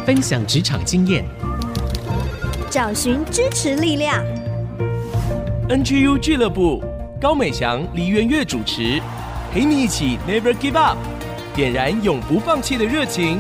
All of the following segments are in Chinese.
分享职场经验， 找寻支持力量。 NGU 俱乐部，高美翔、黎元月主持，陪你一起 Never Give Up， 点燃永不放弃的热情。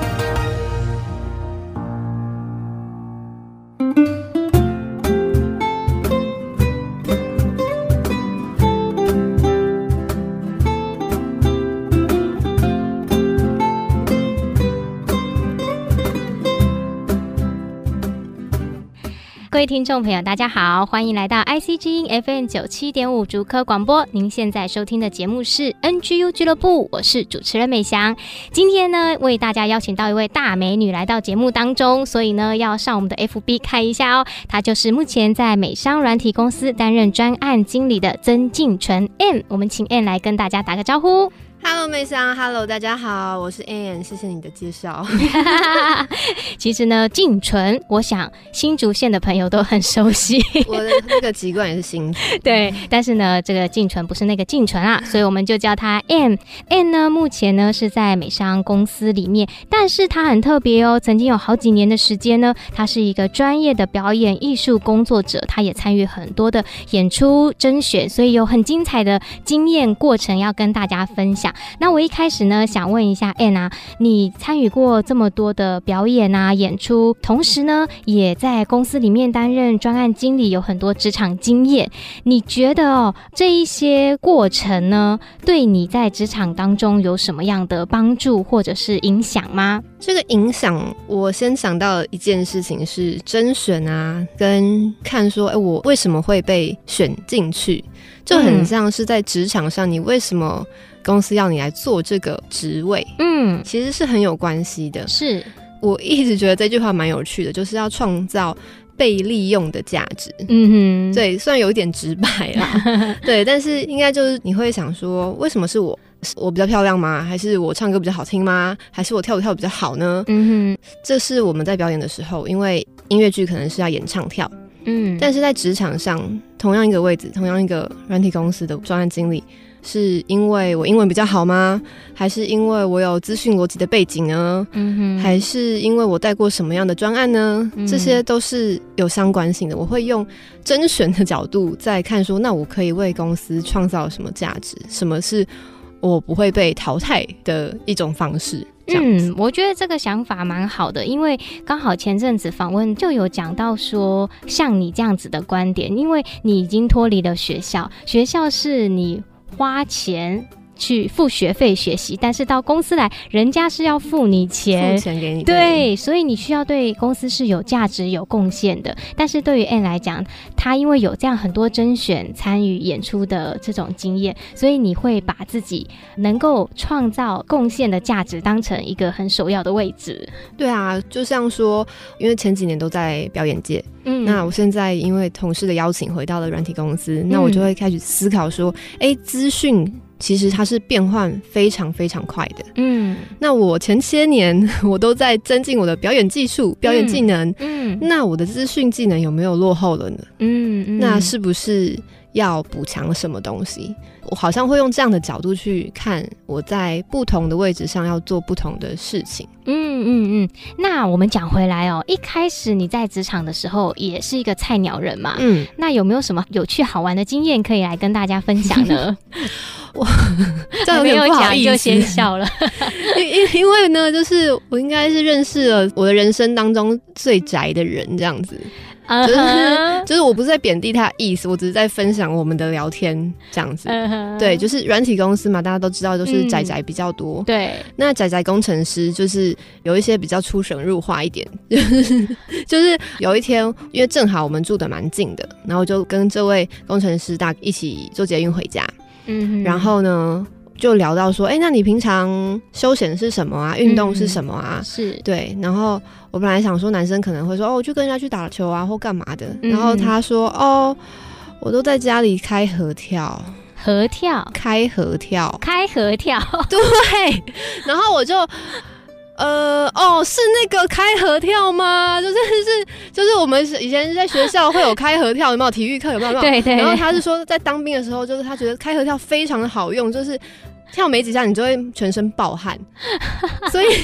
各位听众朋友大家好，欢迎来到 IC 之音 FM 97.5竹科广播，您现在收听的节目是 NGU 俱乐部，我是主持人美翔。今天呢，为大家邀请到一位大美女来到节目当中，所以呢要上我们的 FB 看一下哦。她就是目前在美商软体公司担任专案经理的曾静纯 Ann， 我们请 Ann 来跟大家打个招呼。 Hello 美香 ，Hello 大家好，我是 Ann， 谢谢你的介绍。 其实呢，静纯，我想新竹县的朋友都很熟悉。 我的那个籍贯也是新竹。 对，但是呢，这个静纯不是那个静纯啊，所以我们就叫她 Ann。Ann 呢，目前呢是在美商公司里面，但是她很特别哦，曾经有好几年的时间呢，她是一个专业的表演艺术工作者，她也参与很多的演出甄选，所以有很精彩的经验过程要跟大家分享。那我一开始呢，想问一下 Ann 啊，你参与过这么多的表演啊、演出，同时呢，也在公司里面担任专案经理，有很多职场经验。你觉得哦，这一些过程呢，对你在职场当中有什么样的帮助或者是影响吗？ 这个影响，我先想到一件事情是甄选啊，跟看说，我为什么会被选进去，就很像是在职场上，你为什么公司要你来做这个职位，其实是很有关系的。 是我一直觉得这句话蛮有趣的，就是要创造被利用的价值。对，虽然有一点直白啦，对，但是应该就是你会想说，为什么是我比较漂亮吗？还是我唱歌比较好听吗？还是我跳舞跳得比较好呢？这是我们在表演的时候，因为音乐剧可能是要演唱跳，但是在职场上，同样一个位置，同样一个软体公司的专案经理，是因为我英文比较好吗？还是因为我有资讯逻辑的背景呢？还是因为我带过什么样的专案呢？这些都是有相关性的。我会用甄选的角度在看说，那我可以为公司创造什么价值？什么是我不会被淘汰的一种方式？ 我觉得这个想法蛮好的，因为刚好前阵子访问就有讲到说，像你这样子的观点，因为你已经脱离了学校，学校是你花钱去付学费学习，但是到公司来，人家是要付你钱， 付钱给你。 对，所以你需要对公司是有价值、有贡献的。但是对于 Ann 来讲，他因为有这样很多甄选、参与演出的这种经验，所以你会把自己能够创造贡献的价值当成一个很首要的位置。 对啊，就像说，因为前几年都在表演界，那我现在因为同事的邀请回到了软体公司，那我就会开始思考说，资讯其实它是变换非常非常快的。那我前些年我都在增进我的表演技术、表演技能，那我的资讯技能有没有落后了呢？那是不是要补强什么东西？我好像会用这样的角度去看我在不同的位置上要做不同的事情。 那我们讲回来哦，一开始你在职场的时候也是一个菜鸟人嘛，那有没有什么有趣好玩的经验可以来跟大家分享呢？ 我这样有点不好意思， 就先笑了。 因为呢，就是我应该是认识了我的人生当中最宅的人，这样子。就是我不是在贬低他的意思，我只是在分享我们的聊天这样子。对，就是软体公司嘛，大家都知道都是宅宅比较多。 对， 那宅宅工程师就是有一些比较出神入化一点，就是有一天，因为正好我们住得蛮近的，然后就跟这位工程师一起坐捷运回家。然后呢，就聊到说，那你平常休闲是什么啊？运动是什么啊？ 是对。然后我本来想说，男生可能会说，我就跟人家去打球啊，或干嘛的。然后他说，我都在家里开合跳。 开合跳。 对。然后我就。是那个开合跳吗？就是我们以前在学校会有开合跳，有没有？体育课有没有？ 对。 然后他是说，在当兵的时候，就是他觉得开合跳非常的好用，就是跳没几下你就会全身爆汗，所以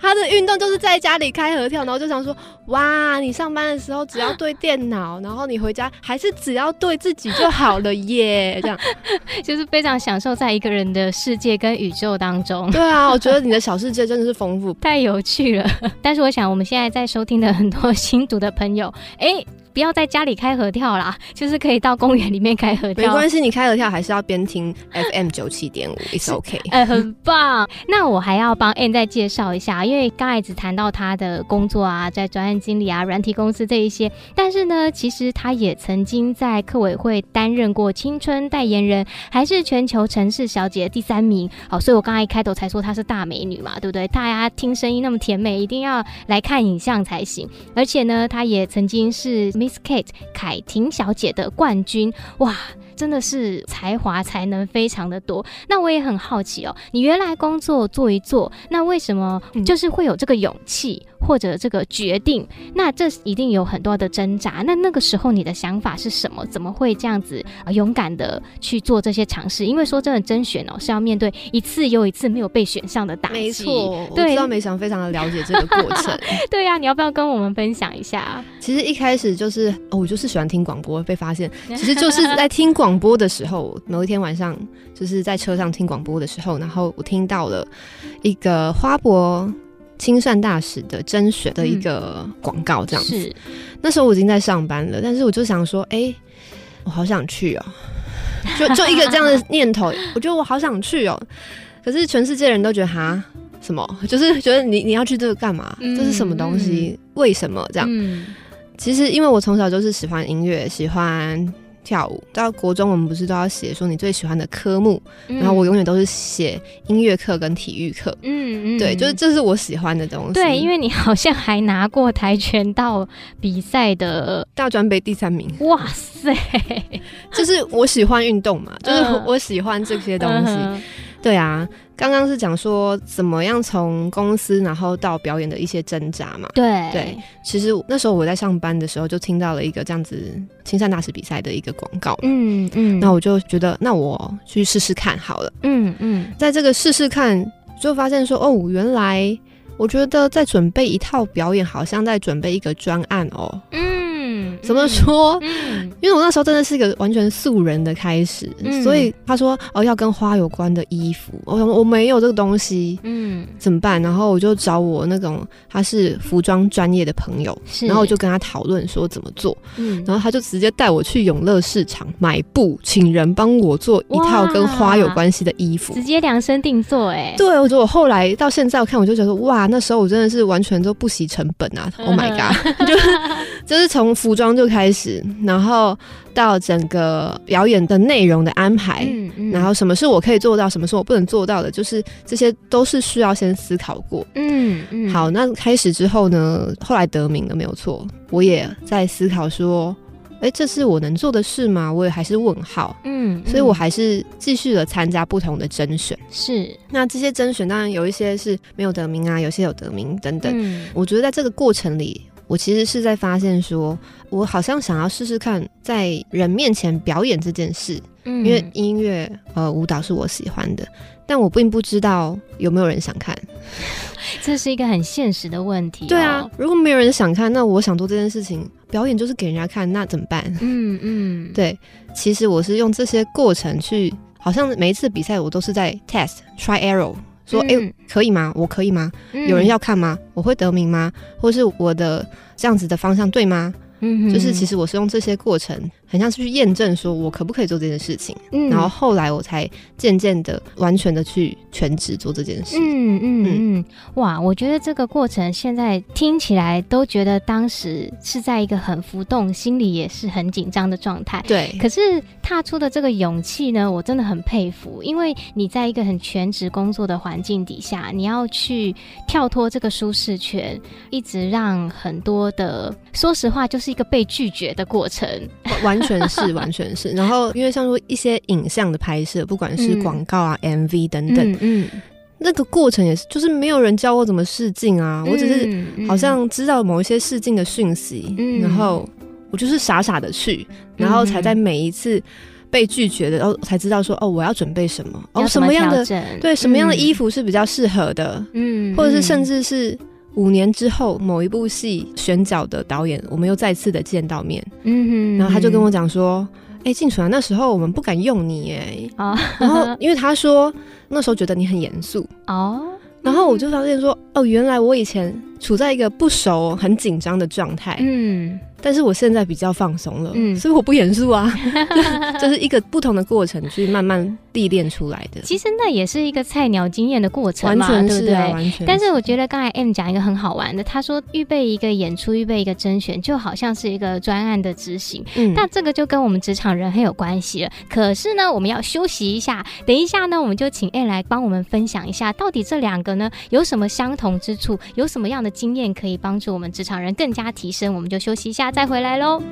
他的运动就是在家里开合跳，然后就想说，哇，你上班的时候只要对电脑，然后你回家还是只要对自己就好了耶，这样就是非常享受在一个人的世界跟宇宙当中。 对啊，我觉得你的小世界真的是丰富， 太有趣了。但是我想我们现在在收听的很多新读的朋友，不要在家里开合跳啦，就是可以到公园里面开合跳。 没关系，你开合跳还是要边听 FM 97.5 ，It's OK。 很棒。那我还要帮 Ann 再介绍一下，因为刚才只谈到他的工作啊，在专案经理啊、软体公司这一些，但是呢，其实他也曾经在客委会担任过青春代言人，还是全球城市小姐第3名。好，所以我刚才一开头才说她是大美女嘛，对不对？大家听声音那么甜美，一定要来看影像才行。而且呢，她也曾经是Miss Kate 凯婷小姐的冠军，哇，真的是才华才能非常的多。那我也很好奇哦，你原来工作做一做，那为什么就是会有这个勇气或者这个决定？那这一定有很多的挣扎。那个时候你的想法是什么？怎么会这样子勇敢的去做这些尝试？因为说真的，甄选哦是要面对一次又一次没有被选上的打击。 没错，我知道梅翔非常的了解这个过程。 对啊，你要不要跟我们分享一下？ 其实一开始就是我就是喜欢听广播，被发现其实就是在听广播的时候，某一天晚上就是在车上听广播的时候，然后我听到了一个花博亲善大使的甄选的一个广告，这样子。是，那时候我已经在上班了，但是我就想说，我好想去哦，就一个这样的念头，我觉得我好想去哦。可是全世界人都觉得哈什么，就是觉得你要去这个干嘛？这是什么东西？为什么这样？其实因为我从小就是喜欢音乐，喜欢跳舞，到国中我们不是都要写说你最喜欢的科目，然后我永远都是写音乐课跟体育课。对，就是这是我喜欢的东西。 对，因为你好像还拿过跆拳道比赛的大专杯第3名。 哇塞， 就是我喜欢运动嘛，就是我喜欢这些东西。对啊，刚刚是讲说怎么样从公司然后到表演的一些挣扎嘛。对，其实那时候我在上班的时候就听到了一个这样子亲善大使比赛的一个广告。那我就觉得那我去试试看好了。在这个试试看就发现说原来我觉得在准备一套表演好像在准备一个专案哦。怎么说？因为我那时候真的是一个完全素人的开始，所以他说要跟花有关的衣服，我想我没有这个东西，怎么办？然后我就找我那种他是服装专业的朋友，然后我就跟他讨论说怎么做，然后他就直接带我去永乐市场买布，请人帮我做一套跟花有关系的衣服， 直接量身定做。 对，我觉得我后来到现在我看我就觉得哇，那时候我真的是完全都不惜成本啊。Oh my god， 就是从服装就开始，然后到整个表演的内容的安排，然后什么是我可以做到，什么是我不能做到的，就是这些都是需要先思考过。好，那开始之后呢，后来得名了没有错，我也在思考说这是我能做的事吗？我也还是问号。所以我还是继续的参加不同的甄选。是，那这些甄选当然有一些是没有得名啊，有些有得名等等。我觉得在这个过程里，我其实是在发现说我好像想要试试看在人面前表演这件事。因为音乐舞蹈是我喜欢的，但我并不知道有没有人想看。 这是一个很现实的问题。 对啊，如果没有人想看，那我想做这件事情，表演就是给人家看，那怎么办？对，其实我是用这些过程去，好像每一次比赛我都是在 test try error， 说可以吗？我可以吗？有人要看吗？我会得名吗？或是我的这样子的方向对吗？就是其实我是用这些过程很像是去验证说我可不可以做这件事情，然后后来我才渐渐的完全的去全职做这件事。 哇，我觉得这个过程现在听起来都觉得当时是在一个很浮动，心里也是很紧张的状态。 对， 可是踏出的这个勇气呢，我真的很佩服，因为你在一个很全职工作的环境底下，你要去跳脱这个舒适圈，一直让很多的，说实话就是一个被拒绝的过程。 完全是完全是。然后因为像说一些影像的拍摄，不管是广告啊、MV 等等，那个过程也是，就是没有人教我怎么试镜啊，我只是好像知道某一些试镜的讯息，然后我就是傻傻的去，然后才在每一次被拒绝的，然后才知道说我要准备什么， 什么样的对什么样的衣服是比较适合的，或者是甚至是5年之后某一部戏选角的导演，我们又再次的见到面，然后他就跟我讲说，静纯那时候我们不敢用你然后因为他说那时候觉得你很严肃然后我就发现说原来我以前处在一个不熟很紧张的状态，但是我现在比较放松了，所以我不严肃啊这是一个不同的过程去慢慢历练出来的。 其实那也是一个菜鸟经验的过程嘛， 完全是对不对？ 完全是。 但是我觉得刚才 M 讲一个很好玩的，他说预备一个演出，预备一个甄选，就好像是一个专案的执行，那这个就跟我们职场人很有关系了。可是呢，我们要休息一下，等一下呢，我们就请 M 来帮我们分享一下，到底这两个呢有什么相同之处，有什么样的经验可以帮助我们职场人更加提升。我们就休息一下再回来咯。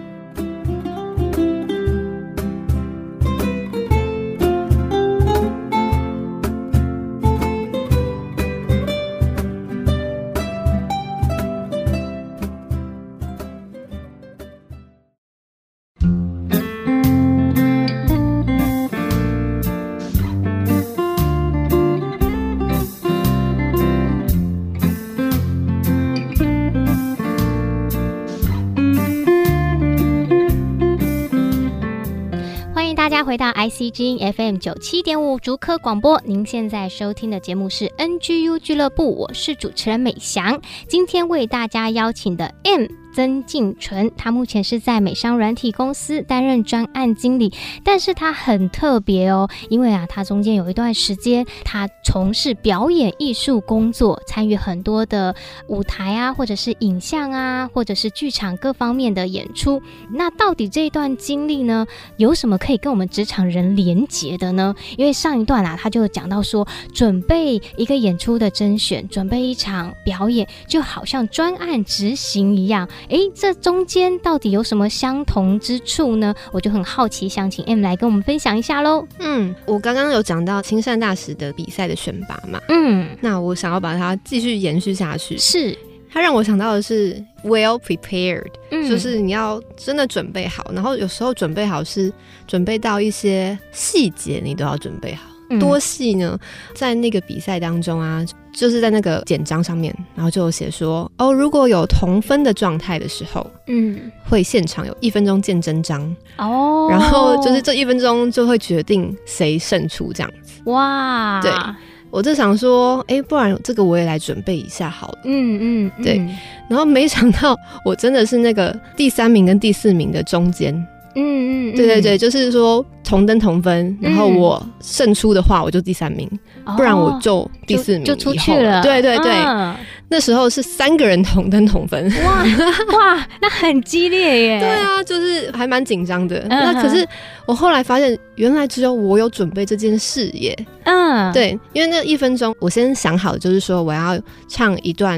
大家回到 ICG FM 97.5竹科广播，您现在收听的节目是 NGU 俱乐部，我是主持人美翔。今天为大家邀请的 M曾敬纯，他目前是在美商软体公司担任专案经理，但是他很特别因为他中间有一段时间他从事表演艺术工作，参与很多的舞台或者是影像或者是剧场各方面的演出。那到底这一段经历呢，有什么可以跟我们职场人连结的呢？因为上一段他就讲到说，准备一个演出的甄选，准备一场表演，就好像专案执行一样。这中间到底有什么相同之处呢？我就很好奇，想请 M 来跟我们分享一下咯。 我刚刚有讲到亲善大使的比赛的选拔嘛，那我想要把它继续延续下去。 是， 它让我想到的是 well prepared，就是你要真的准备好，然后有时候准备好是准备到一些细节你都要准备好。多细呢？在那个比赛当中就是在那个简章上面，然后就有写说如果有同分的状态的时候，会现场有1分钟见真章然后就是这1分钟就会决定谁胜出这样子。 哇， 对，我就想说不然这个我也来准备一下好了。对，然后没想到我真的是那个第3名跟第4名的中间。对对对，就是说同登同分，然后我胜出的话我就第3名，不然我就第4名就出去了。对对对，那时候是3个人同登同分。 哇，那很激烈耶。 对啊，就是还蛮紧张的。那可是我后来发现，原来只有我有准备这件事耶。对，因为那1分钟我先想好的就是说我要唱一段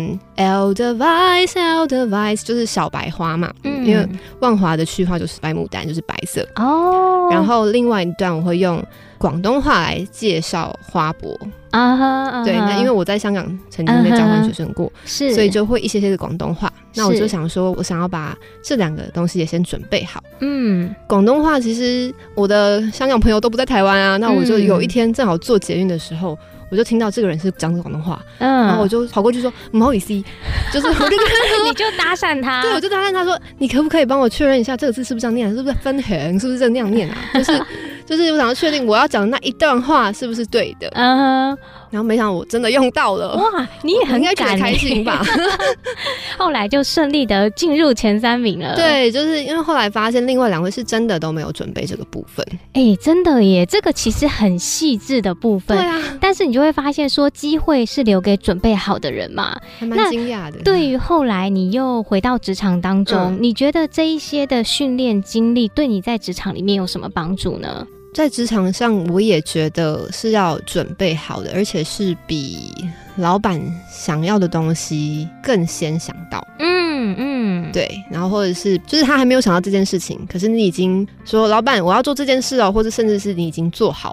Edelweiss 就是小白花嘛，因为万华的区话就是白牡丹，就是白色然后另外一段我会用广东话来介绍花博对，那因为我在香港曾经被交换学生过所以就会一些的广东话。那我就想说我想要把这2个东西也先准备好。广东话其实我的香港朋友都不在台湾那我就有一天正好坐捷运的时候，我就听到这个人是讲广东话然后我就跑过去说不好意思，就是我就跟他说你就搭讪他。 对，我就搭讪他说你可不可以帮我确认一下这个字是不是这样念，是不是分横，是不是这样念就是我想要确定我要讲的那一段话是不是对的。然后没想到我真的用到了。 哇，你也很应该觉得开心吧后来就顺利的进入前3名了。 对，就是因为后来发现另外2位是真的都没有准备这个部分。 真的耶，这个其实很细致的部分。 对啊， 但是你就会发现说机会是留给准备好的人嘛， 还蛮惊讶的。 对于后来你又回到职场当中你觉得这一些的训练经历对你在职场里面有什么帮助呢？ 在职场上我也觉得是要准备好的，而且是比老板想要的东西更先想到。对，然后或者是就是他还没有想到这件事情，可是你已经说老板我要做这件事或者甚至是你已经做好了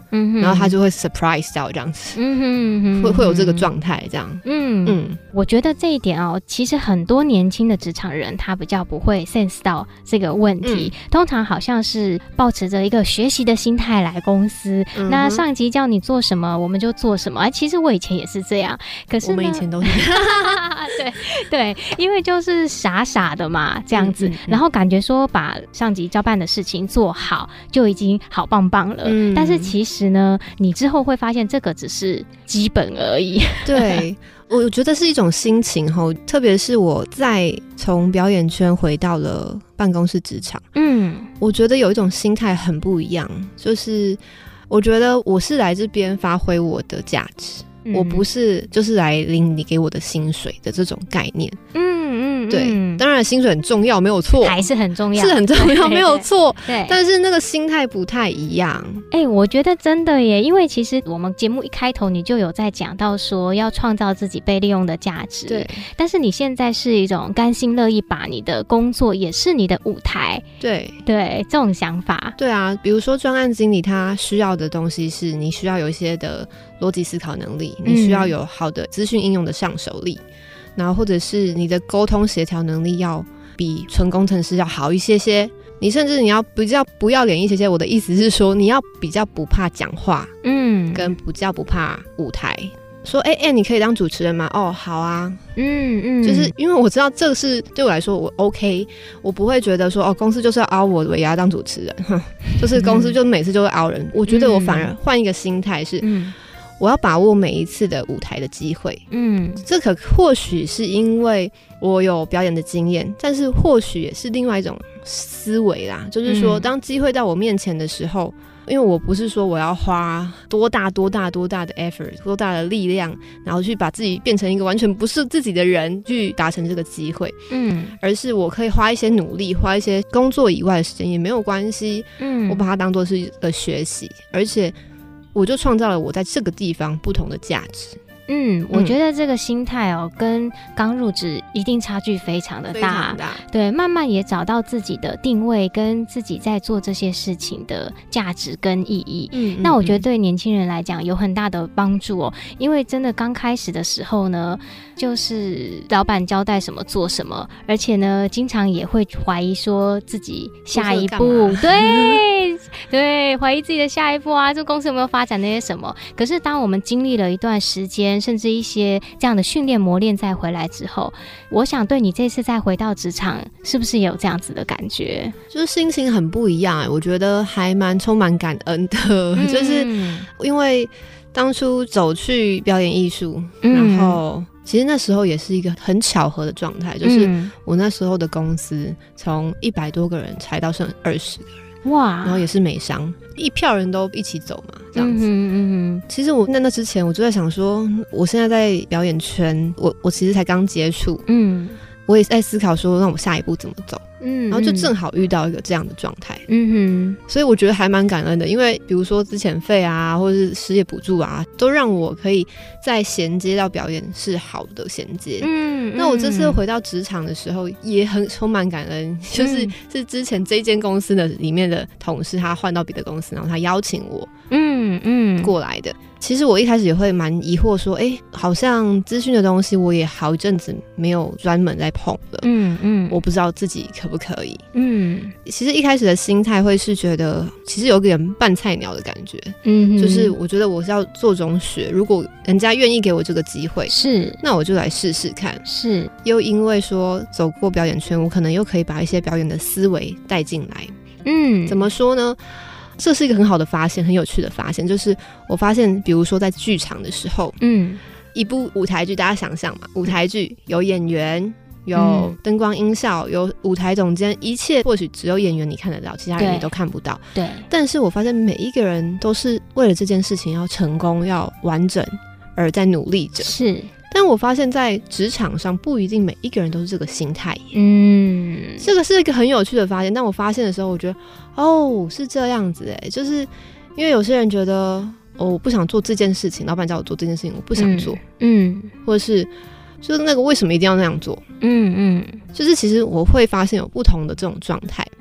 然后他就会 surprise 到这样子，会有这个状态这样。 我觉得这一点哦，其实很多年轻的职场人他比较不会 sense 到这个问题，通常好像是抱持着一个学习的心态来公司，那上级叫你做什么我们就做什么。其实我以前也是这样，可是我们以前都是对，因为就是傻傻的嘛这样子，然后感觉说把上级交办的事情做好就已经好棒棒了，但是其实呢你之后会发现这个只是基本而已。 对，我觉得是一种心情齁，特别是我在从表演圈回到了办公室职场，我觉得有一种心态很不一样，就是我觉得我是来这边发挥我的价值，我不是就是来领你给我的薪水的这种概念。对，当然薪水很重要，没有错， 还是很重要， 是很重要，没有错。 对， 但是那个心态不太一样。 我觉得真的耶，因为其实我们节目一开头你就有在讲到说要创造自己被利用的价值。 对， 但是你现在是一种甘心乐意把你的工作也是你的舞台。 对， 这种想法。 对啊，比如说专案经理他需要的东西是你需要有一些的逻辑思考能力，你需要有好的资讯应用的上手力，然后或者是你的沟通协调能力要比纯工程师要好一些些，你甚至你要比较不要脸一些些。我的意思是说你要比较不怕讲话，跟比较不怕舞台。说你可以当主持人吗？哦，好啊，就是因为我知道这个是对我来说我 OK， 我不会觉得说公司就是要凹我尾牙当主持人，就是公司就每次就会凹人。我觉得我反而换一个心态是，我要把握每一次的舞台的机会。这可或许是因为我有表演的经验，但是或许也是另外一种思维啦，就是说当机会到我面前的时候，因为我不是说我要花多大的 effort 多大的力量，然后去把自己变成一个完全不是自己的人去达成这个机会，而是我可以花一些努力，花一些工作以外的时间也没有关系，我把它当作是一个学习，而且我就创造了我在这个地方不同的价值。 我觉得这个心态跟刚入职一定差距非常的大，对，慢慢也找到自己的定位跟自己在做这些事情的价值跟意义。那我觉得对年轻人来讲有很大的帮助因为真的刚开始的时候呢，就是老板交代什么做什么，而且呢经常也会怀疑说自己下一步，对，怀疑自己的下一步这公司有没有发展那些什么。可是当我们经历了一段时间，甚至一些这样的训练磨练再回来之后，我想对你这次再回到职场是不是也有这样子的感觉？就是心情很不一样我觉得还蛮充满感恩的，就是因为当初走去表演艺术，然后其实那时候也是一个很巧合的状态，就是我那时候的公司从100多个人裁到剩20个人，哇！然后也是美商，一票人都一起走嘛，这样子。其实我那之前我就在想说，我现在在表演圈，我其实才刚接触，我也在思考说，让我下一步怎么走。然后就正好遇到一个这样的状态，所以我觉得还蛮感恩的，因为比如说资遣费啊，或者是失业补助啊，都让我可以再衔接到表演是好的衔接。那我这次回到职场的时候，也很充满感恩，是之前这间公司的里面的同事，他换到别的公司，然后他邀请我过来的。其实我一开始也会蛮疑惑说，好像资讯的东西我也好一阵子没有专门在碰了，我不知道自己可不可以。其实一开始的心态会是觉得，其实有点半菜鸟的感觉，就是我觉得我是要做中学，如果人家愿意给我这个机会，那我就来试试看。又因为说走过表演圈，我可能又可以把一些表演的思维带进来。怎么说呢？这是一个很好的发现，很有趣的发现，就是我发现比如说在剧场的时候，一部舞台剧，大家想象嘛，舞台剧有演员，有灯光音效，有舞台总监，一切或许只有演员你看得到，其他人你都看不到。对。但是我发现每一个人都是为了这件事情要成功要完整而在努力着。但我发现在职场上不一定每一个人都是这个心态。这个是一个很有趣的发现。但我发现的时候我觉得是这样子就是因为有些人觉得我不想做这件事情，老板叫我做这件事情我不想做，或者是就是那个为什么一定要那样做，就是其实我会发现有不同的这种状态。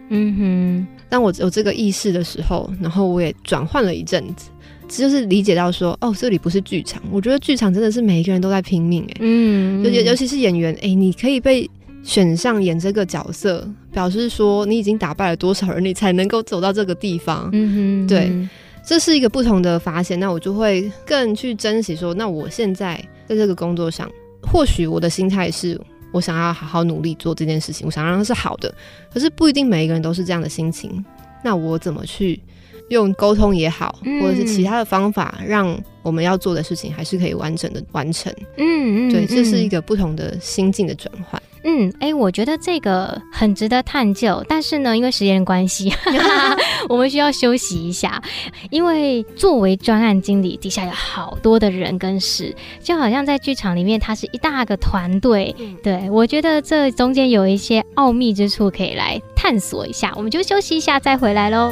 当我有这个意识的时候，然后我也转换了一阵子，就是理解到说，这里不是剧场。我觉得剧场真的是每一个人都在拼命尤其是演员，你可以被选上演这个角色，表示说你已经打败了多少人，你才能够走到这个地方。对，这是一个不同的发现。那我就会更去珍惜说，那我现在在这个工作上，或许我的心态是我想要好好努力做这件事情，我想让它是好的，可是不一定每一个人都是这样的心情。那我怎么去用沟通也好，或者是其他的方法，让我们要做的事情还是可以完整的完成。对，这是一个不同的心境的转换。 我觉得这个很值得探究，但是呢，因为时间的关系我们需要休息一下。因为作为专案经理，底下有好多的人跟事，就好像在剧场里面它是一大个团队。对，我觉得这中间有一些奥秘之处可以来探索一下，我们就休息一下再回来咯。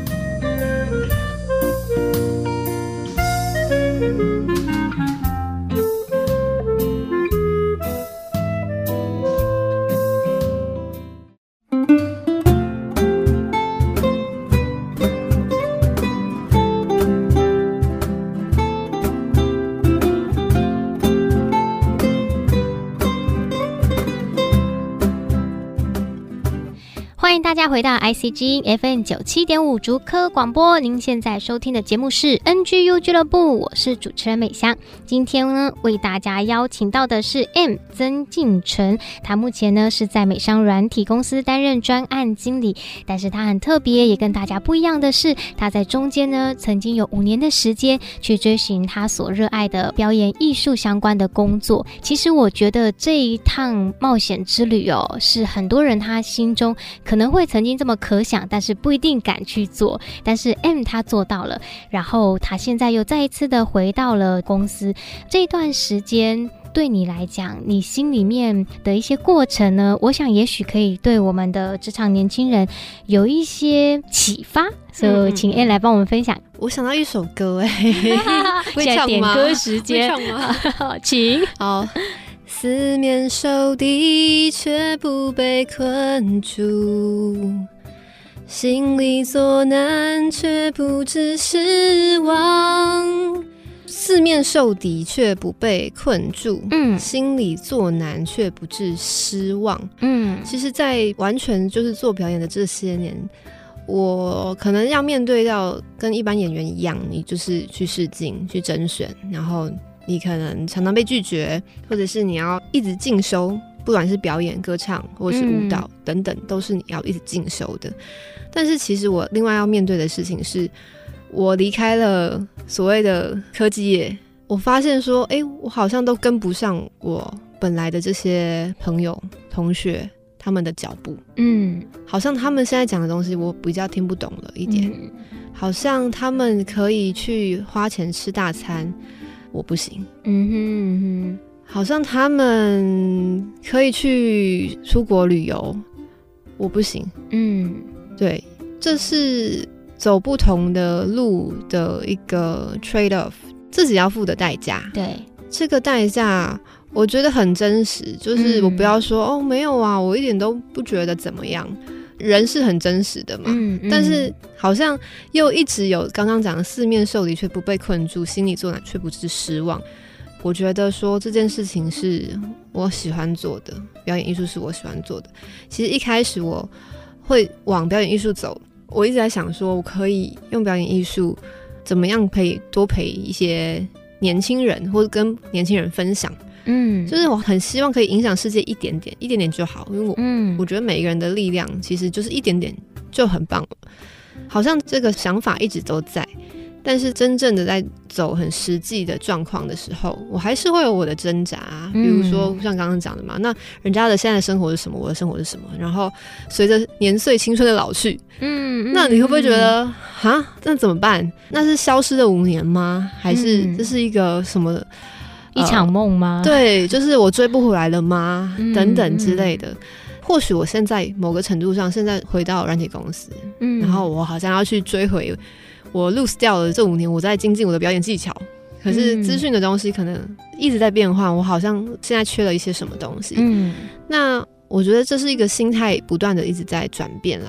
欢迎大家回到 ICG FM 97.5竹科广播，您现在收听的节目是 NGU 俱乐部，我是主持人美香。今天呢，为大家邀请到的是 M 曾敬纯，他目前呢是在美商软体公司担任专案经理，但是他很特别，也跟大家不一样的是，他在中间呢曾经有5年的时间去追寻他所热爱的表演艺术相关的工作。其实我觉得这一趟冒险之旅是很多人他心中可能会曾经这么可想，但是不一定敢去做，但是 M 他做到了，然后他现在又再一次的回到了公司。这段时间对你来讲，你心里面的一些过程呢，我想也许可以对我们的职场年轻人有一些启发，所以请 M 来帮我们分享。 我想到一首歌现在点歌时间， 会唱吗？ 请。 好，四面受敌却不被困住，心里作难却不知失望。四面受敌却不被困住，心里作难却不致失望。其实在完全就是做表演的这些年，我可能要面对到跟一般演员一样，你就是去试镜去甄选，然后你可能常常被拒绝，或者是你要一直进修，不管是表演歌唱或是舞蹈等等，都是你要一直进修的。但是其实我另外要面对的事情是，我离开了所谓的科技业，我发现说我好像都跟不上我本来的这些朋友同学他们的脚步。好像他们现在讲的东西我比较听不懂了一点，好像他们可以去花钱吃大餐，我不行。好像他们可以去出国旅游，我不行。对，这是走不同的路的一个 trade off， 自己要付的代价。对，这个代价我觉得很真实，就是我不要说没有啊，我一点都不觉得怎么样。人是很真实的嘛，但是好像又一直有刚刚讲的四面受敌却不被困住，心里作难却不致失望。我觉得说这件事情是我喜欢做的，表演艺术是我喜欢做的。其实一开始我会往表演艺术走，我一直在想说我可以用表演艺术怎么样可以多陪一些年轻人，或者跟年轻人分享。就是我很希望可以影响世界一点点，一点点就好，因为我觉得每一个人的力量其实就是一点点就很棒了。好像这个想法一直都在，但是真正的在走很实际的状况的时候，我还是会有我的挣扎。比如说像刚刚讲的嘛，那人家的现在的生活是什么，我的生活是什么，然后随着年岁青春的老去，那你会不会觉得那怎么办？那是消失的5年吗？还是这是一个什么一场梦吗？ 对，就是我追不回来了吗？等等之类的。或许我现在某个程度上现在回到软体公司，然后我好像要去追回我 lose 掉了这5年我在精进我的表演技巧，可是资讯的东西可能一直在变化，我好像现在缺了一些什么东西。那我觉得这是一个心态不断的一直在转变啦。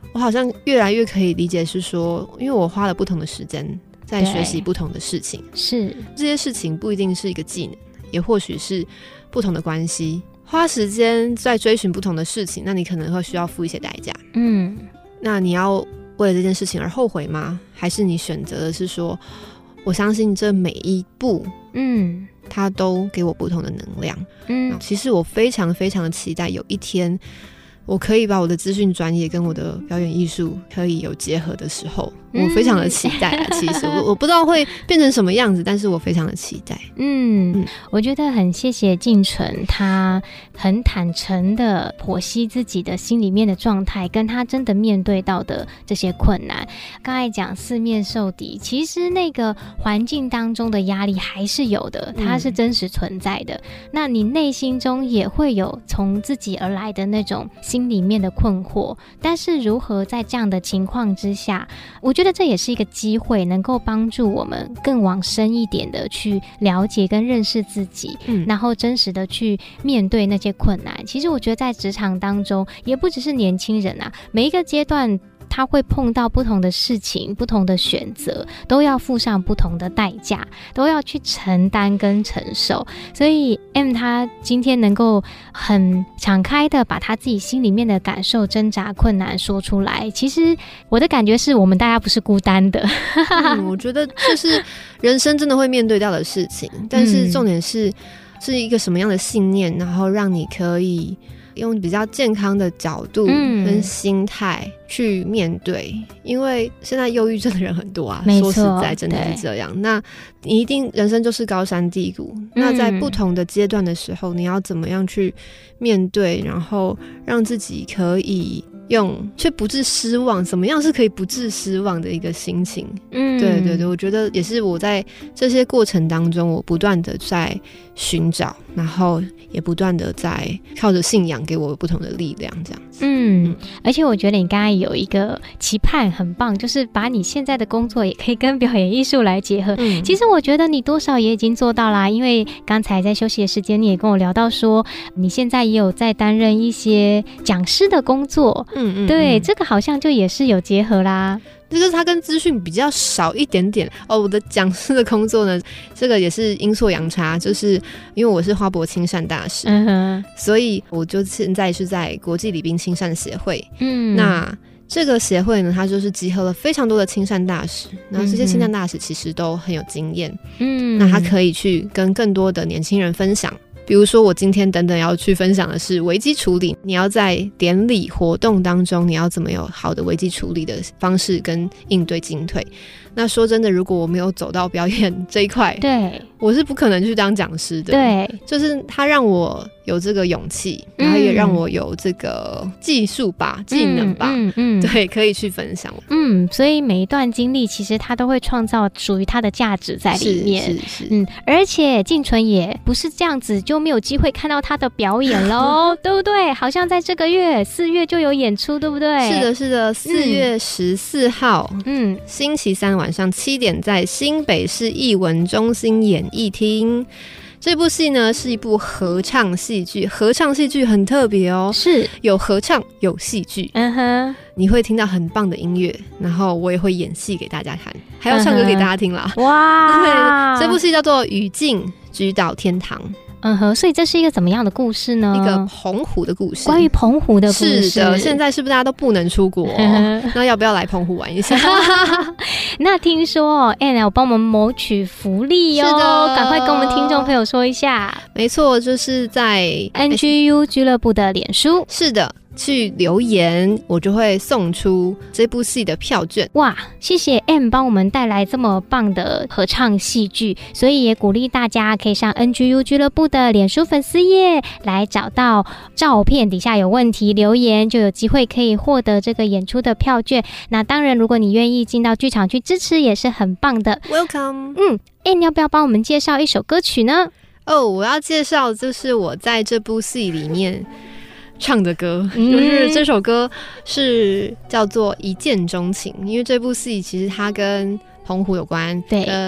我好像越来越可以理解是说，因为我花了不同的时间在学习不同的事情， 是这些事情不一定是一个技能，也或许是不同的关系，花时间在追寻不同的事情，那你可能会需要付一些代价。那你要为了这件事情而后悔吗？还是你选择的是说，我相信这每一步它都给我不同的能量。其实我非常非常的期待有一天我可以把我的资讯专业跟我的表演艺术可以有结合的时候，我非常的期待啊。其实我不知道会变成什么样子，但是我非常的期待。 我觉得很谢谢静纯，他很坦诚的剖析自己的心里面的状态，跟他真的面对到的这些困难。刚才讲四面受敌，其实那个环境当中的压力还是有的，它是真实存在的。那你内心中也会有从自己而来的那种心里面的困惑，但是如何在这样的情况之下，我觉得这也是一个机会，能够帮助我们更往深一点的去了解跟认识自己，然后真实的去面对那些困难。其实我觉得在职场当中，也不只是年轻人啊，每一个阶段他会碰到不同的事情，不同的选择，都要付上不同的代价，都要去承担跟承受。所以 M 他今天能够很敞开的把他自己心里面的感受、挣扎、困难说出来，其实我的感觉是我们大家不是孤单的。 我觉得这是人生真的会面对到的事情，但是重点是一个什么样的信念，然后让你可以用比较健康的角度跟心态去面对。因为现在忧郁症的人很多啊，说实在真的是这样。那你一定人生就是高山低谷，那在不同的阶段的时候，你要怎么样去面对，然后让自己可以用却不致失望，怎么样是可以不致失望的一个心情。对对对，我觉得也是我在这些过程当中，我不断的在寻找，然后也不断的在靠着信仰给我不同的力量，这样子。 而且我觉得你刚才有一个期盼很棒，就是把你现在的工作也可以跟表演艺术来结合。其实我觉得你多少也已经做到啦，因为刚才在休息的时间你也跟我聊到说，你现在也有在担任一些讲师的工作。对，这个好像就也是有结合啦。 就是它跟资讯比较少一点点哦。我的讲师的工作呢，这个也是阴错阳差，就是因为我是花博亲善大使，所以我就现在是在国际礼宾亲善协会。那这个协会呢，它就是集合了非常多的亲善大使，然后这些亲善大使其实都很有经验，那他可以去跟更多的年轻人分享。比如说我今天等等要去分享的是危机处理，你要在典礼活动当中，你要怎么有好的危机处理的方式跟应对进退。那说真的，如果我没有走到表演这一块， 对， 我是不可能去当讲师的。 对， 就是他让我有这个勇气，然后也让我有这个技术吧、技能吧，对，可以去分享。 所以每一段经历其实他都会创造属于他的价值在里面。 是而且静纯也不是这样子就没有机会看到他的表演咯，对不对？好像在这个月4月就有演出，对不对？是的4月14号星期三晚上7点在新北市艺文中心演艺厅。这部戏呢是一部合唱戏剧，合唱戏剧很特别哦，是有合唱有戏剧，你会听到很棒的音乐，然后我也会演戏给大家看，还要唱歌给大家听啦。哇，这部戏叫做《语境居到天堂》。所以这是一个怎么样的故事呢？一个澎湖的故事，关于澎湖的故事。是的，现在是不是大家都不能出国？那要不要来澎湖玩一下？那听说Anne有帮我们谋取福利哦，是的，赶快跟我们听众朋友说一下。没错，就是在 NGU 俱乐部的脸书。是的，去留言，我就会送出这部戏的票券。哇，谢谢 M 帮我们带来这么棒的合唱戏剧，所以也鼓励大家可以上 NGU 俱乐部的脸书粉丝页来找到照片底下有问题留言，就有机会可以获得这个演出的票券。那当然如果你愿意进到剧场去支持也是很棒的。 Welcome。 你要不要帮我们介绍一首歌曲呢？我要介绍就是我在这部戏里面唱的歌，就是这首歌是叫做一见钟情，因为这部戏其实它跟澎湖有关，对，跟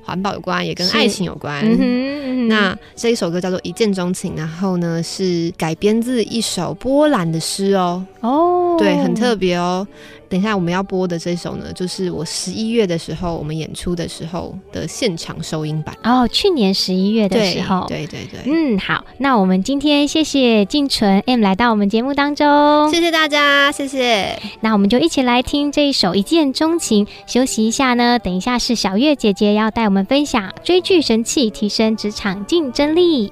环保有关，也跟爱情有关。那这一首歌叫做《一见钟情》，然后呢是改编自一首波兰的诗哦。对，很特别哦。等一下我们要播的这首呢，就是我11月的时候我们演出的时候的现场收音版哦，去年11月的时候。 对。 好，那我们今天谢谢靖纯 M 来到我们节目当中， 谢谢大家，谢谢。 那我们就一起来听这一首《一见钟情》，休息一下呢，等一下是小月姐姐要带我们分享追剧神器，提升职场竞争力。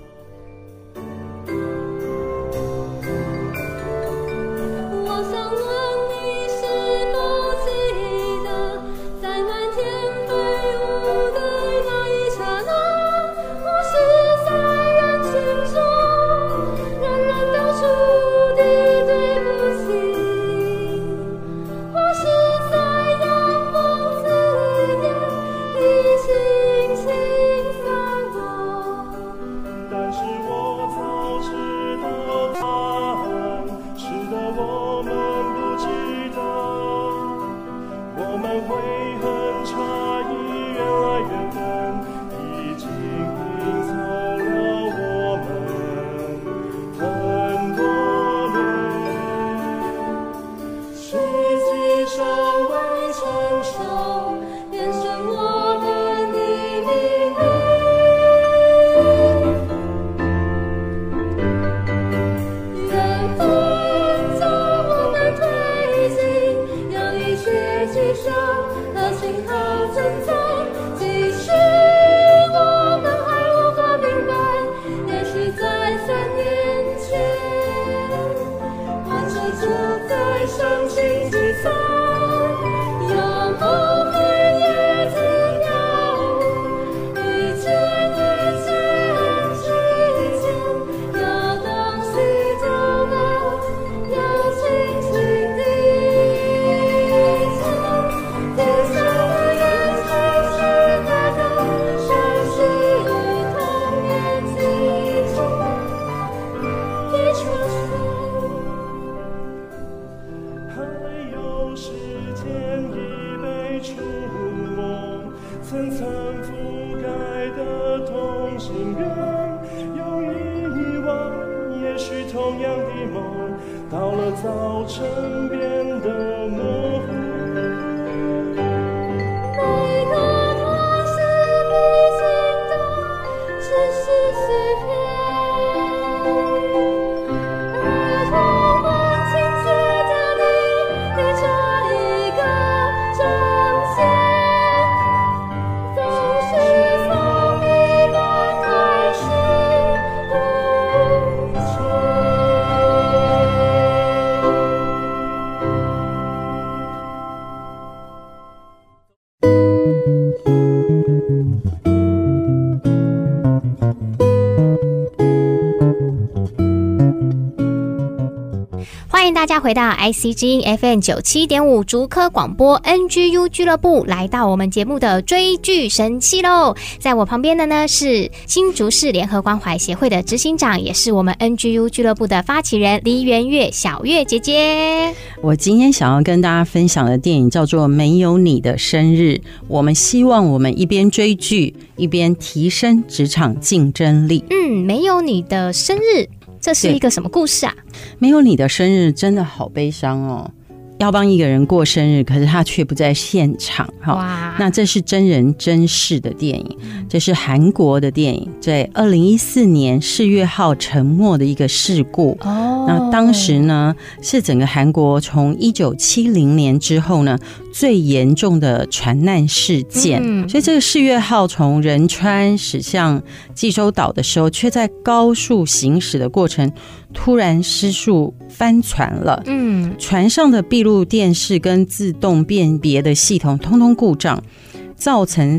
欢迎大家回到 IC 之音 FM 97.5 竹科广播 NGU 俱乐部，来到我们节目的追剧神器喽。在我旁边的呢是新竹市联合关怀协会的执行长，也是我们 NGU 俱乐部的发起人黎元月小月姐姐。 我今天想要跟大家分享的电影叫做《没有你的生日》，我们希望我们一边追剧一边提升职场竞争力。 没有你的生日，这是一个什么故事啊？ 没有你的生日真的好悲伤哦，要帮一个人过生日，可是他却不在现场。哇！那这是真人真事的电影，这是韩国的电影，在2014年4月号沉没的一个事故。那当时呢，是整个韩国从1970年之后呢最严重的船难事件。所以这个4月号从仁川驶向济州岛的时候，却在高速行驶的过程突然失速翻船了。船上的闭路电视跟自动辨别的系统通通故障，造成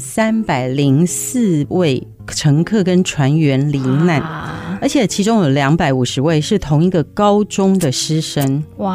304位乘客跟船员罹难，而且其中有250位是同一个高中的师生。哇！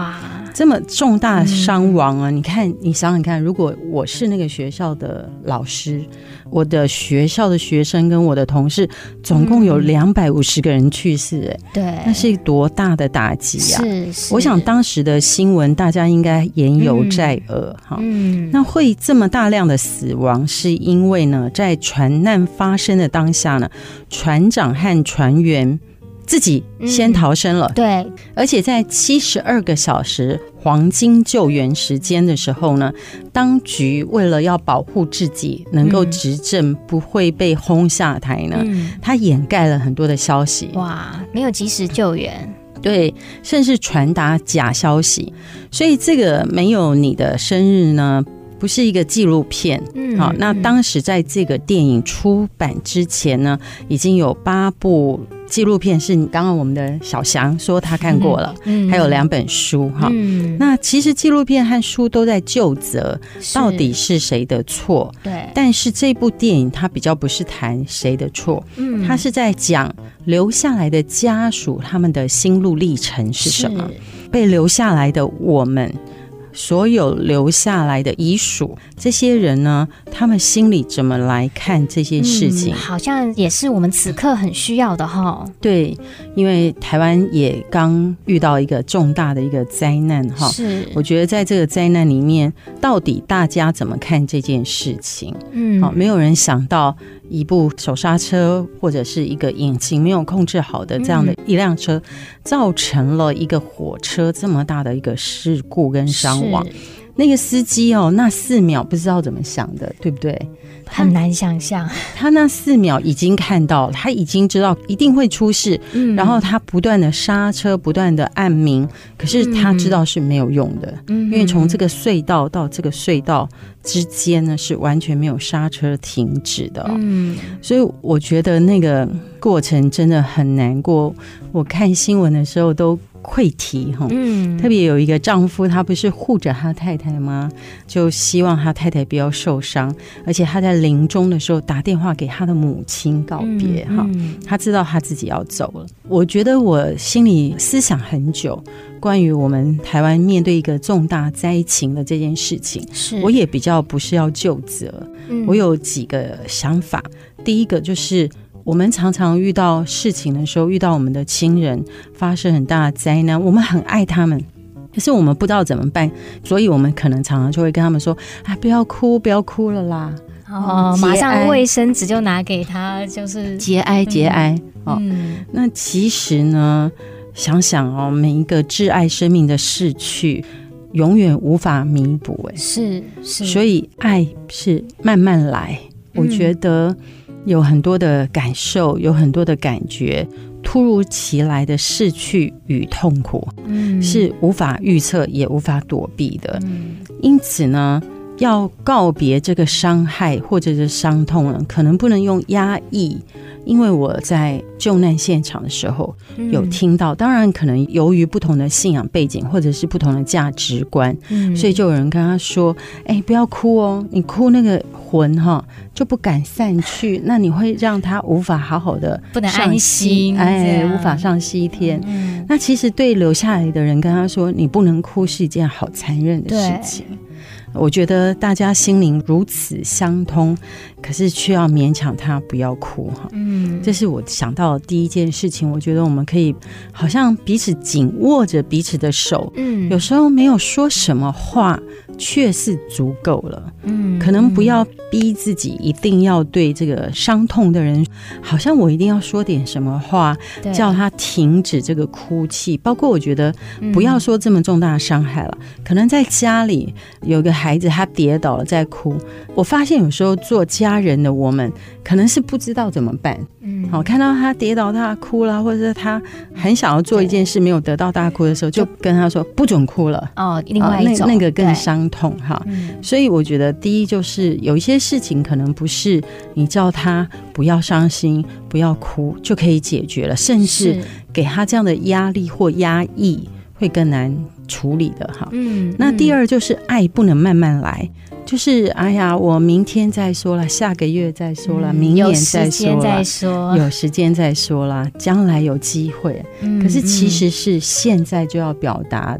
这么重大伤亡啊！你想想看，如果我是那个学校的老师，我的学校的学生跟我的同事总共有250个人去世， 对， 那是多大的打击啊！ 是， 我想当时的新闻大家应该言犹在耳哈。那会这么大量的死亡，是因为呢，在船难发生的当下呢，船长和船员自己先逃生了， 对， 而且在72个小时黄金救援时间的时候呢，当局为了要保护自己能够执政不会被轰下台呢，他掩盖了很多的消息， 哇，没有及时救援， 对，甚至传达假消息，所以这个没有你的生日呢，不是一个纪录片。好，那当时在这个电影出版之前呢，已经有8部纪录片，是刚刚我们的小翔说他看过了，还有2本书哈。那其实纪录片和书都在究责到底是谁的错，对。但是这部电影它比较不是谈谁的错，它是在讲留下来的家属他们的心路历程是什么，被留下来的我们。所有留下来的遗属，这些人呢，他们心里怎么来看这些事情？ 好像也是我们此刻很需要的哈。 对，因为台湾也刚遇到一个重大的一个灾难哈。是，我觉得在这个灾难里面，到底大家怎么看这件事情？好，没有人想到一部手刹车或者是一个引擎没有控制好的这样的一辆车，造成了一个火车这么大的一个事故跟伤亡。那个司机哦，那4秒不知道怎么想的，对不对？ 很难想象， 他那4秒已经看到，他已经知道一定会出事，然后他不断的刹车，不断的按鸣，可是他知道是没有用的，因为从这个隧道到这个隧道之间呢，是完全没有刹车停止的，所以我觉得那个过程真的很难过。我看新闻的时候都溃堤，特别有一个丈夫，他不是护着他太太吗？就希望他太太不要受伤，而且他在临终的时候打电话给他的母亲告别，他知道他自己要走了。我觉得我心里思想很久，关于我们台湾面对一个重大灾情的这件事情，我也比较不是要究责，我有几个想法。第一个就是我们常常遇到事情的时候，遇到我们的亲人发生很大的灾难，我们很爱他们，可是我们不知道怎么办，所以我们可能常常就会跟他们说啊，不要哭，不要哭了啦。 马上卫生纸就拿给他，就是节哀节哀。那其实呢，想想哦，每一个挚爱生命的逝去永远无法弥补， 是， 所以爱是慢慢来。我觉得有很多的感受，有很多的感觉，突如其来的逝去与痛苦，是无法预测也无法躲避的。因此呢，要告别这个伤害或者是伤痛呢，可能不能用压抑。因为我在救难现场的时候有听到，当然可能由于不同的信仰背景或者是不同的价值观，所以就有人跟他说，不要哭哦，你哭那个魂就不敢散去，那你会让他无法好好的不能安心， 无法上西天。那其实对留下来的人跟他说你不能哭是一件好残忍的事情。我觉得大家心灵如此相通，可是却要勉强他不要哭这是我想到的第一件事情。我觉得我们可以好像彼此紧握着彼此的手，有时候没有说什么话却是足够了。可能不要逼自己一定要对这个伤痛的人，好像我一定要说点什么话叫他停止这个哭泣。包括我觉得不要说这么重大的伤害了，可能在家里有个孩子他跌倒了在哭，我发现有时候做家人的我们可能是不知道怎么办。看到他跌倒他哭了，或者是他很想要做一件事没有得到大哭的时候，就跟他说不准哭了。 另外一种那个更伤痛所以我觉得第一就是有一些事情可能不是你叫他不要伤心不要哭就可以解决了，甚至给他这样的压力或压抑会更难处理的那第二就是爱不能慢慢来，就是哎呀我明天再说了，下个月再说了，明年再说了，有时间再说了，将来有机会可是其实是现在就要表达的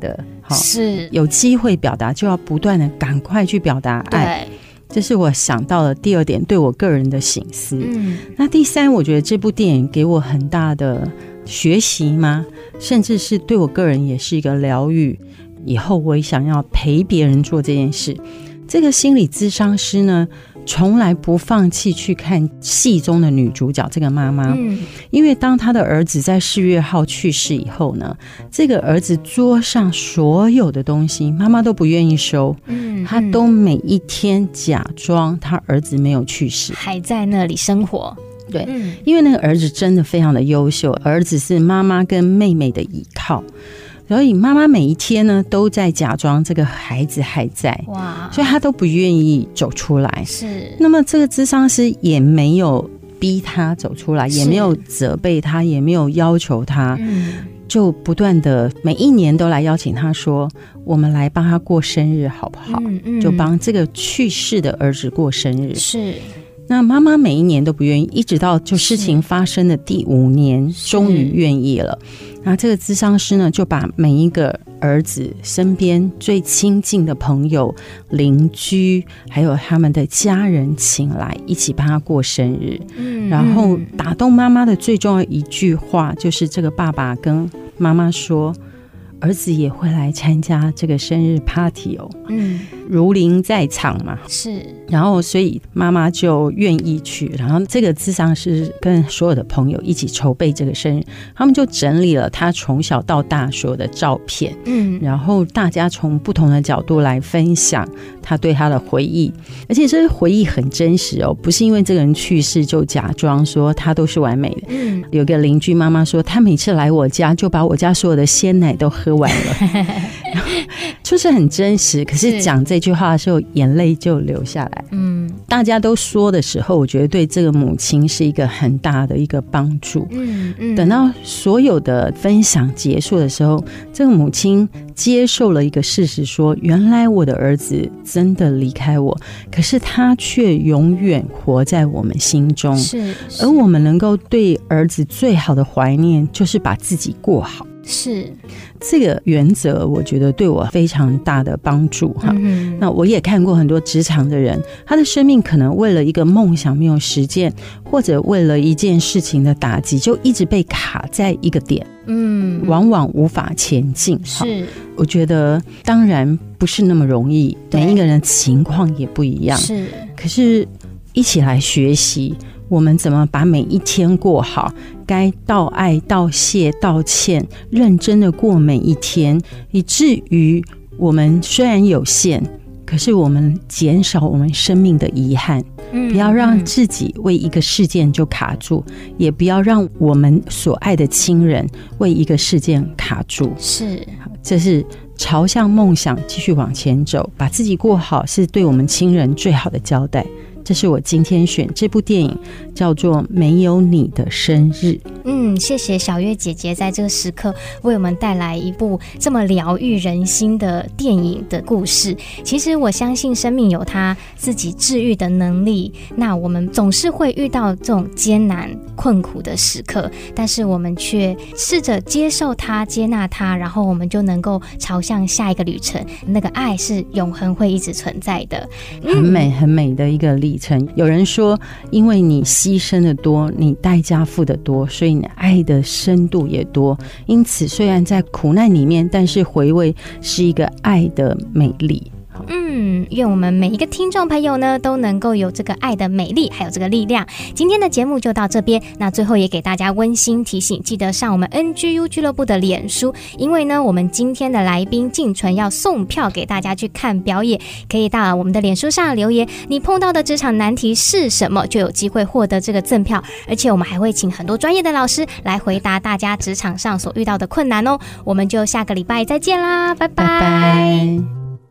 是有机会表达就要不断的赶快去表达爱，这是我想到的第二点对我个人的省思。那第三，我觉得这部电影给我很大的学习吗？甚至是对我个人也是一个疗愈，以后我也想要陪别人做这件事。这个心理咨商师呢，从来不放弃去看戏中的女主角这个妈妈，因为当她的儿子在4月号去世以后呢，这个儿子桌上所有的东西妈妈都不愿意收，她都每一天假装她儿子没有去世， 还在那里生活。 对，因为那个儿子真的非常的优秀，儿子是妈妈跟妹妹的依靠，所以妈妈每一天呢都在假装这个孩子还在，所以她都不愿意走出来。是，那么这个咨商师也没有逼他走出来，也没有责备他，也没有要求他，就不断的每一年都来邀请他说，我们来帮他过生日好不好？就帮这个去世的儿子过生日。是。那妈妈每一年都不愿意，一直到就事情发生的第5年终于愿意了。那这个咨商师呢，就把每一个儿子身边最亲近的朋友、邻居还有他们的家人请来一起帮他过生日。然后打动妈妈的最重要一句话就是这个爸爸跟妈妈说，儿子也会来参加这个生日 party 哦，如临在场嘛，是。然后所以妈妈就愿意去，然后这个咨商师跟所有的朋友一起筹备这个生日，他们就整理了他从小到大所有的照片，然后大家从不同的角度来分享他对他的回忆，而且这个回忆很真实哦，不是因为这个人去世就假装说他都是完美的。有个邻居妈妈说，他每次来我家就把我家所有的鲜奶都喝完了就是很真实，可是讲这句话的时候眼泪就流下来。大家都说的时候，我觉得对这个母亲是一个很大的一个帮助。等到所有的分享结束的时候，这个母亲接受了一个事实，说原来我的儿子真的离开我，可是他却永远活在我们心中。是，而我们能够对儿子最好的怀念就是把自己过好。是，这个原则我觉得对我非常大的帮助哈。那我也看过很多职场的人，他的生命可能为了一个梦想没有实践，或者为了一件事情的打击，就一直被卡在一个点，往往无法前进。是，我觉得当然不是那么容易，每一个人情况也不一样。是，可是一起来学习，我们怎么把每一天过好，该道爱、道谢、道歉，认真的过每一天，以至于我们虽然有限，可是我们减少我们生命的遗憾。不要让自己为一个事件就卡住，也不要让我们所爱的亲人为一个事件卡住。是，这是朝向梦想继续往前走，把自己过好，是对我们亲人最好的交代。这是我今天选这部电影，叫做《没有你的生日》。 谢谢小月姐姐在这个时刻为我们带来一部这么疗愈人心的电影的故事。其实我相信生命有它自己治愈的能力，那我们总是会遇到这种艰难困苦的时刻，但是我们却试着接受它、接纳它，然后我们就能够朝向下一个旅程。那个爱是永恒会一直存在的， 很美很美的一个历程。有人说，因为你牺牲的多，你代价付的多，所以你爱的深度也多。因此虽然在苦难里面，但是回味是一个爱的美丽。 愿我们每一个听众朋友呢都能够有这个爱的美丽，还有这个力量。今天的节目就到这边，那最后也给大家温馨提醒，记得上我们 NGU 俱乐部的脸书，因为呢我们今天的来宾静纯要送票给大家去看表演，可以到我们的脸书上留言你碰到的职场难题是什么，就有机会获得这个赠票。而且我们还会请很多专业的老师来回答大家职场上所遇到的困难哦。我们就下个礼拜再见啦，拜拜拜拜。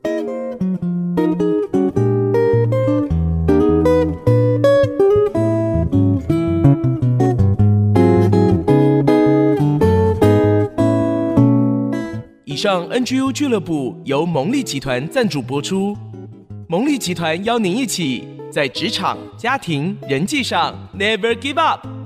以上 NGU 俱乐部由蒙利集团赞助播出。蒙利集团邀您一起在职场、家庭、人际上 Never Give Up。